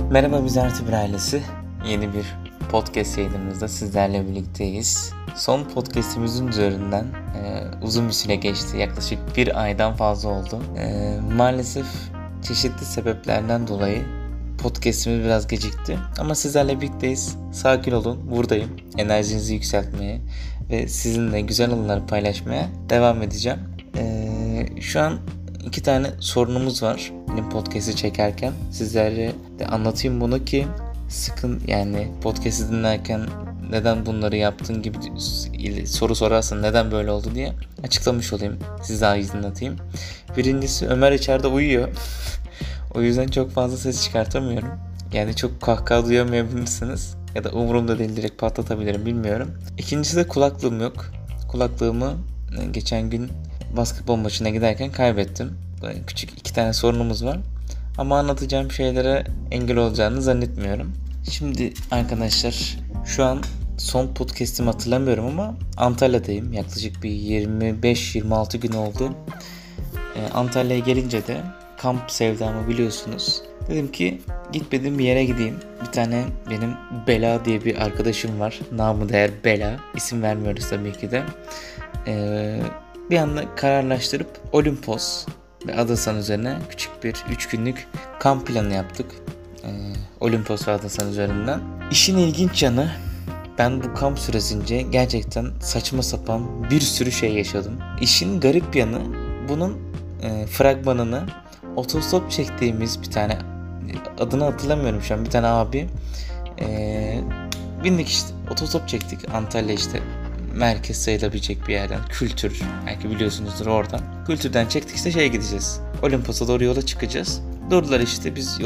Merhaba biz Artı Bir ailesi. Yeni bir podcast yayınımızda sizlerle birlikteyiz. Son podcastimizin üzerinden uzun bir süre geçti. Yaklaşık bir aydan fazla oldu. Maalesef çeşitli sebeplerden dolayı podcastimiz biraz gecikti. Ama sizlerle birlikteyiz. Sakin olun, buradayım. Enerjinizi yükseltmeye ve sizinle güzel anıları paylaşmaya devam edeceğim. Şu an 2 tane sorunumuz var benim podcast'i çekerken. Sizlere de anlatayım bunu ki podcast'i dinlerken neden bunları yaptın gibi soru sorarsan neden böyle oldu diye açıklamış olayım. Size aydınlatayım. Birincisi, Ömer içeride uyuyor. O yüzden çok fazla ses çıkartamıyorum. Yani çok kahkaha duyamayabilirsiniz. Ya da umurumda değil, direkt patlatabilirim, bilmiyorum. İkincisi de kulaklığım yok. Kulaklığımı geçen gün basketbol maçına giderken kaybettim. Böyle küçük 2 tane sorunumuz var. Ama anlatacağım şeylere engel olacağını zannetmiyorum. Şimdi arkadaşlar, şu an son podcast'imi hatırlamıyorum ama Antalya'dayım. Yaklaşık bir 25-26 gün oldu. Antalya'ya gelince de kamp sevdamı biliyorsunuz. Dedim ki gitmediğim bir yere gideyim. Bir tane benim Bela diye bir arkadaşım var. Namı değer Bela. İsim vermiyoruz tabii ki de. Bir anda kararlaştırıp Olimpos ve Adrasan üzerine küçük bir 3 günlük kamp planı yaptık. Olimpos ve Adrasan üzerinden. İşin ilginç yanı, ben bu kamp süresince gerçekten saçma sapan bir sürü şey yaşadım. İşin garip yanı, bunun fragmanını otostop çektiğimiz bir tane, adını hatırlamıyorum şu an, bir tane abi bindik işte, otostop çektik Antalya, işte merkez sayılabilecek bir yerden, Kültür, belki biliyorsunuzdur, oradan Kültür'den çektik, işte şeye gideceğiz, Olimpos'a doğru yola çıkacağız. Durdular işte, biz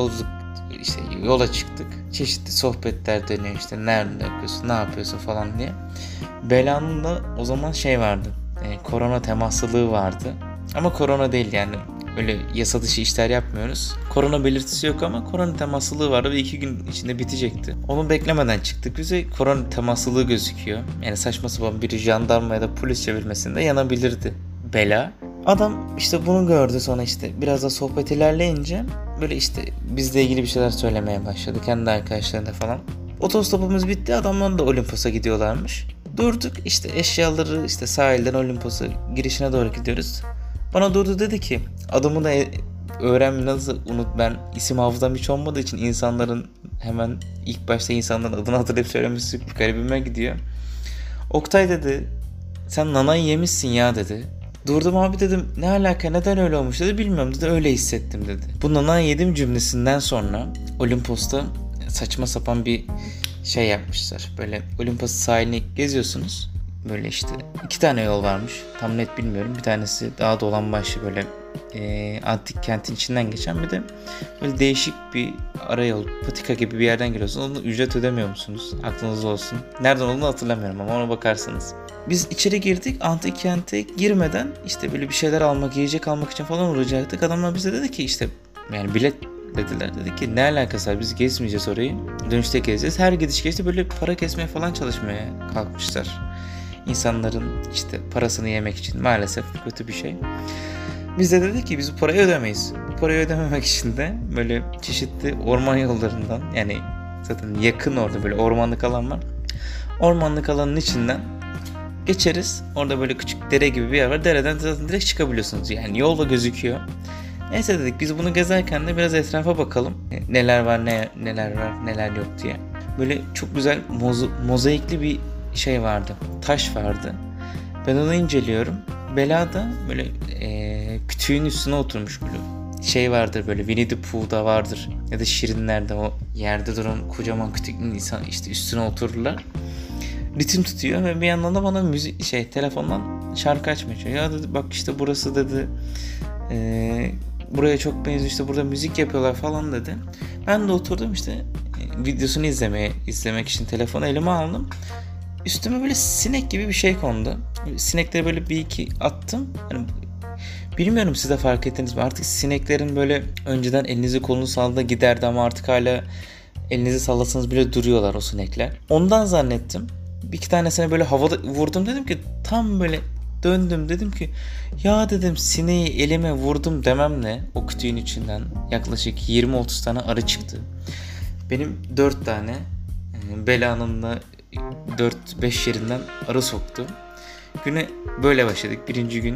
yola çıktık, çeşitli sohbetler dönüyor, işte nerede yapıyorsun, ne yapıyorsun falan diye. Bela'nın da o zaman şey vardı, korona temaslılığı vardı ama korona değil, yani öyle yasa dışı işler yapmıyoruz. Korona belirtisi yok ama korona temaslılığı vardı ve 2 gün içinde bitecekti. Onu beklemeden çıktık, bize korona temaslılığı gözüküyor. Yani saçma sapan biri jandarma ya da polis çevirmesinde yanabilirdi Bela. Adam işte bunu gördü, sonra işte biraz da sohbet ilerleyince böyle işte bizle ilgili bir şeyler söylemeye başladı kendi arkadaşlarına falan. Otostopumuz bitti, adamlar da Olimpos'a gidiyorlarmış. Durduk işte, eşyaları işte sahilden Olimpos'a girişine doğru gidiyoruz. Bana durdu, dedi ki adımı da öğrenme, nasıl ben isim hafızam hiç olmadığı için insanların hemen ilk başta insanların adını hatırlayıp söylemesi garibime gidiyor. Oktay dedi, sen nanayı yemişsin ya dedi. Durdum, abi dedim, ne alaka, neden öyle olmuş dedi, bilmiyorum dedi, öyle hissettim dedi. Bu nanayı yedim cümlesinden sonra Olimpos'ta saçma sapan bir şey yapmışlar. Böyle Olimpos sahilini geziyorsunuz. Böyle işte 2 tane yol varmış. Tam net bilmiyorum. Bir tanesi daha dolambaçlı, böyle antik kentin içinden geçen, bir de böyle değişik bir ara yol, patika gibi bir yerden giriyorsunuz. Onu ücret ödemiyor musunuz? Aklınızda olsun. Nereden olduğunu hatırlamıyorum ama ona bakarsınız. Biz içeri girdik. Antik kente girmeden işte böyle bir şeyler almak, yiyecek almak için falan uğrayacaktık. Adamlar bize dedi ki işte, yani bilet dediler. Dedi ki ne alakası var, biz gezmeyeceğiz orayı. Dönüşte gezeceğiz. Her gidiş geçti böyle para kesmeye falan çalışmaya kalkmışlar. İnsanların işte parasını yemek için, maalesef kötü bir şey. Biz de dedik ki biz bu parayı ödemeyiz. Bu parayı ödememek için de böyle çeşitli orman yollarından, yani zaten yakın orada böyle ormanlık alan var. Ormanlık alanın içinden geçeriz. Orada böyle küçük dere gibi bir yer var. Dereden zaten direkt çıkabiliyorsunuz. Yani yolda gözüküyor. Neyse dedik, biz bunu gezerken de biraz etrafa bakalım. Neler var, neler yok diye. Böyle çok güzel mozaikli bir şey vardı. Taş vardı. Ben onu inceliyorum. Bela da böyle kütüğün üstüne oturmuş böyle. Şey vardır böyle, Winnie the Pooh'da vardır. Ya da Şirinler'de o yerde duran kocaman kütüklü insan işte üstüne otururlar. Ritim tutuyor ve bir yandan da bana telefondan şarkı açmaya çalışıyor. Ya dedi, bak işte burası dedi. Buraya çok benziyor, işte burada müzik yapıyorlar falan dedi. Ben de oturdum işte videosunu izlemek için telefonu elime aldım. Üstüme böyle sinek gibi bir şey kondu. Sinekleri böyle bir iki attım. Yani bilmiyorum, siz de fark ettiniz mi? Artık sineklerin böyle önceden elinizi kolunuzu salladığında giderdi ama artık hala elinizi sallasanız bile duruyorlar o sinekler. Ondan zannettim. Bir iki tanesine böyle havada vurdum, dedim ki tam böyle Döndüm, dedim ki ya dedim sineği elime vurdum dememle o kütüğün içinden yaklaşık 20-30 tane arı çıktı. Benim 4 tane belanınla 4-5 yerinden arı soktu. Güne böyle başladık. Birinci gün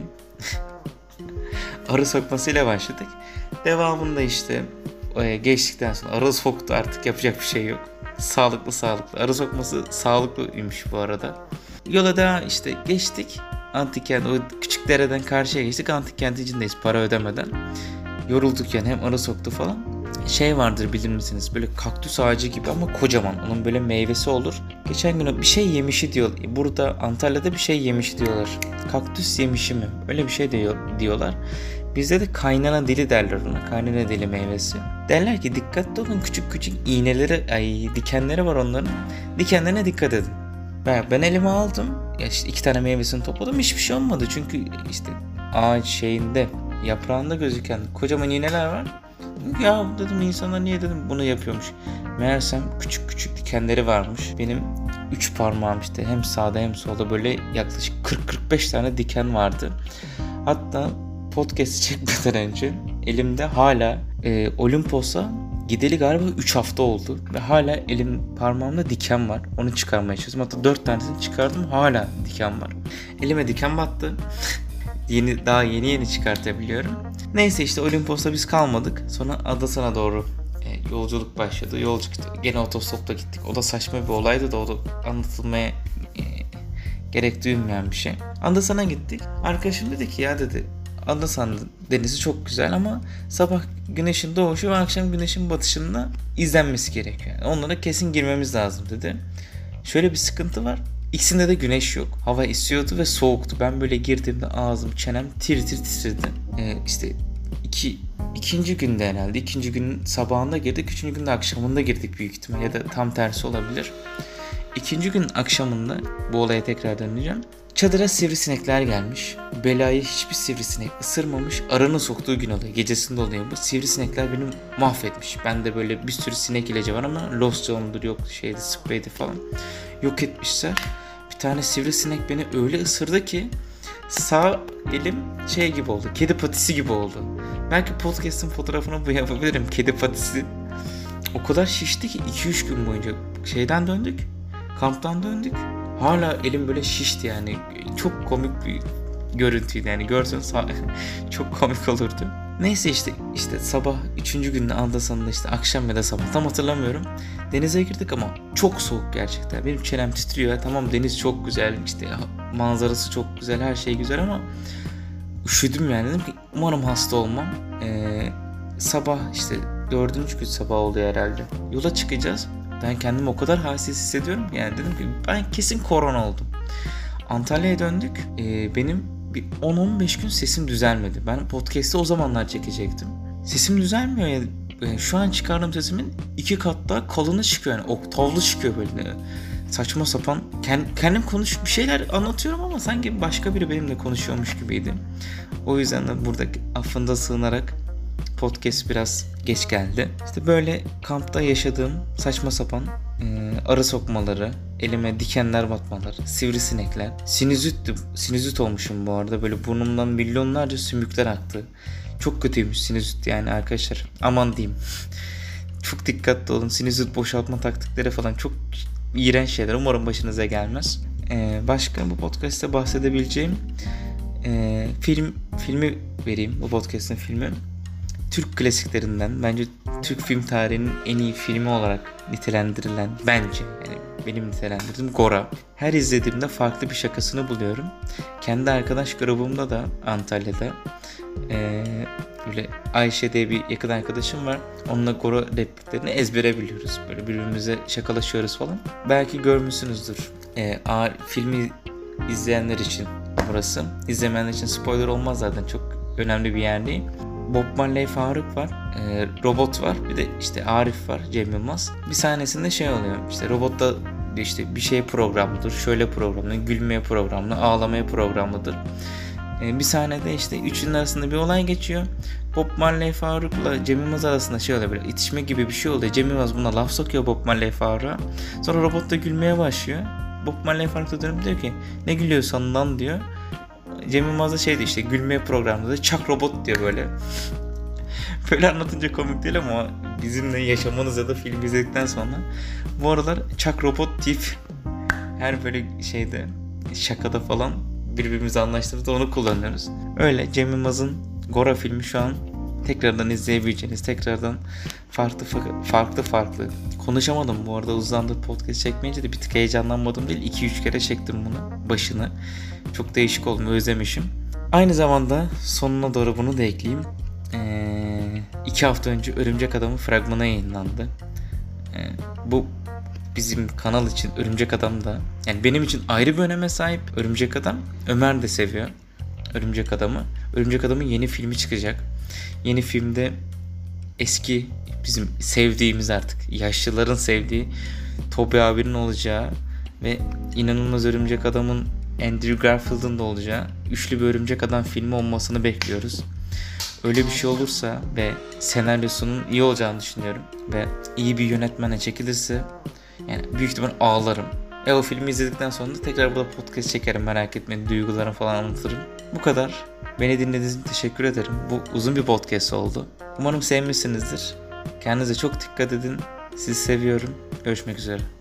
arı sokmasıyla başladık. Devamında işte geçtikten sonra arı soktu, artık yapacak bir şey yok. Sağlıklı. Arı sokması sağlıklıymış bu arada. Yola da işte geçtik. Antik kent, o küçük dereden karşıya geçtik. Antik kent içindeyiz para ödemeden. Yorulduk yani, hem arı soktu falan. Şey vardır, bilir misiniz? Böyle kaktüs ağacı gibi ama kocaman. Onun böyle meyvesi olur. Geçen gün bir şey yemişi diyor. Burada Antalya'da bir şey yemişi diyorlar. Kaktüs yemişi mi? Öyle bir şey diyorlar. Bizde de kaynana dili derler ona. Kaynana dili meyvesi. Derler ki dikkatli olun, küçük dikenleri var onların. Dikenlerine dikkat edin. Ben elime aldım. Ya işte 2 tane meyvesini topladım. Hiçbir şey olmadı. Çünkü işte ağaç şeyinde, yaprağında gözüken kocaman iğneler var. Ya dedim, insanlar niye dedim bunu yapıyormuş. Meğersem küçük dikenleri varmış. Benim 3 parmağım işte hem sağda hem solda böyle yaklaşık 40-45 tane diken vardı. Hatta podcast'i çekmeden önce elimde hala Olimpos'a gideli galiba 3 hafta oldu. Ve hala parmağımda diken var. Onu çıkarmaya çalışıyorum. Hatta 4 tanesini çıkardım, hala diken var. Elime diken battı. Daha yeni çıkartabiliyorum. Neyse işte Olimpos'ta biz kalmadık. Sonra Adası'na doğru yolculuk başladı. Gene otostopla gittik. O da saçma bir olaydı da, o da anlatılmaya gerek duymayan bir şey. Adası'na gittik. Arkadaşım dedi ki ya dedi, Adasan denizi çok güzel ama sabah güneşin doğuşu ve akşam güneşin batışında izlenmesi gerekiyor. Yani onlara kesin girmemiz lazım dedi. Şöyle bir sıkıntı var. İkisinde de güneş yok. Hava esiyordu ve soğuktu. Ben böyle girdiğimde ağzım, çenem tir titredi. İşte ikinci günde herhalde. İkinci günün sabahında girdik. Üçüncü günde akşamında girdik büyük ihtimal. Ya da tam tersi olabilir. İkinci gün akşamında, bu olaya tekrar döneceğim. Çadıra sivrisinekler gelmiş. Belayı hiçbir sivrisinek ısırmamış. Arının soktuğu gün oluyor. Gecesinde oluyor bu. Sivrisinekler beni mahvetmiş. Bende böyle bir sürü sinek ilacı var ama losyondur, yok şeydi, spreydi falan. Yok etmişler. Bir tane sivrisinek beni öyle ısırdı ki sağ elim şey gibi oldu. Kedi patisi gibi oldu. Belki podcast'ın fotoğrafını bu yapabilirim. Kedi patisi. O kadar şişti ki 2-3 gün boyunca şeyden döndük. Kamptan döndük. Hala elim böyle şişti yani. Çok komik bir görüntüydü yani. Görseniz çok komik olurdu. Neyse işte sabah 3. günün Andasan'da işte akşam ya da sabah tam hatırlamıyorum. Denize girdik ama çok soğuk gerçekten. Benim çenem titriyor. Tamam, deniz çok güzel, işte manzarası çok güzel, her şey güzel ama üşüdüm yani. Dedim ki umarım hasta olmam. Sabah işte 4. gün sabah oluyor herhalde. Yola çıkacağız. Ben kendimi o kadar halsiz hissediyorum ki yani, dedim ki ben kesin korona oldum. Antalya'ya döndük. Benim bir 10-15 gün sesim düzelmedi. Ben podcast'ı o zamanlar çekecektim. Sesim düzelmiyor ya. Şu an çıkardığım sesimin 2 kat daha kalını çıkıyor yani. Oktavlı çıkıyor böyle. Saçma sapan. Kendim bir şeyler anlatıyorum ama sanki başka biri benimle konuşuyormuş gibiydi. O yüzden de burada affında sığınarak podcast biraz geç geldi. İşte böyle kampta yaşadığım saçma sapan arı sokmaları, elime dikenler batmaları, sivrisinekler, sinüzit olmuşum bu arada. Böyle burnumdan milyonlarca sümükler aktı. Çok kötüymüş sinüzit yani arkadaşlar. Aman diyeyim. Çok dikkatli olun. Sinüzit boşaltma taktikleri falan çok iğrenç şeyler. Umarım başınıza gelmez. Başka bu podcast'te bahsedebileceğim filmi vereyim. Bu podcast'ın filmi. Türk klasiklerinden, bence Türk film tarihinin en iyi filmi olarak nitelendirilen, bence yani benim nitelendirdiğim Gora. Her izlediğimde farklı bir şakasını buluyorum. Kendi arkadaş grubumda da Antalya'da böyle Ayşe diye bir yakın arkadaşım var. Onunla Gora repliklerini ezbere biliyoruz. Böyle birbirimize şakalaşıyoruz falan. Belki görmüşsünüzdür. Filmi izleyenler için burası. İzlemeyenler için spoiler olmaz zaten, çok önemli bir yer değil. Bob Marley Faruk var, robot var, bir de işte Arif var, Cem Yılmaz. Bir sahnesinde şey oluyor, işte robotta işte bir şey programlıdır, şöyle programlı, gülmeye programlı, ağlamaya programlıdır. Bir sahnede işte üçünün arasında bir olay geçiyor. Bob Marley Faruk'la Cem Yılmaz arasında şey oluyor, böyle itişme gibi bir şey oluyor. Cem Yılmaz buna laf sokuyor Bob Marley Faruk'a. Sonra robot da gülmeye başlıyor. Bob Marley Faruk da dönüp diyor ki ne gülüyorsun lan diyor. Cem Yılmaz da işte gülme programında da Çak Robot diyor böyle. Böyle anlatınca komik değil ama bizimle yaşamanız ya da film izledikten sonra bu aralar Çak Robot deyip her böyle şakada falan birbirimizi anlaştırıp onu kullanıyoruz. Öyle Cem Yılmaz'ın Gora filmi şu an tekrardan izleyebileceğiniz, tekrardan farklı. Konuşamadım bu arada, uzandı podcast çekmeyince de bir tık heyecanlanmadım değil. 2-3 kere çektim bunu başını. Çok değişik oldu, özlemişim. Aynı zamanda sonuna doğru bunu da ekleyeyim. 2 hafta önce Örümcek Adam'ın fragmanı yayınlandı. Bu bizim kanal için Örümcek Adam da, yani benim için ayrı bir öneme sahip Örümcek Adam. Ömer de seviyor Örümcek Adam'ı. Örümcek Adam'ın yeni filmi çıkacak. Yeni filmde eski bizim sevdiğimiz, artık yaşlıların sevdiği Tobey abinin olacağı ve inanılmaz Örümcek Adam'ın Andrew Garfield'ın da olacağı üçlü bir Örümcek Adam filmi olmasını bekliyoruz. Öyle bir şey olursa ve senaryosunun iyi olacağını düşünüyorum ve iyi bir yönetmene çekilirse yani büyük ihtimal ağlarım. O filmi izledikten sonra da tekrar burada podcast çekerim, merak etmeyin, duygularımı falan anlatırım. Bu kadar. Beni dinlediğiniz için teşekkür ederim. Bu uzun bir podcast oldu. Umarım sevmişsinizdir. Kendinize çok dikkat edin. Sizi seviyorum. Görüşmek üzere.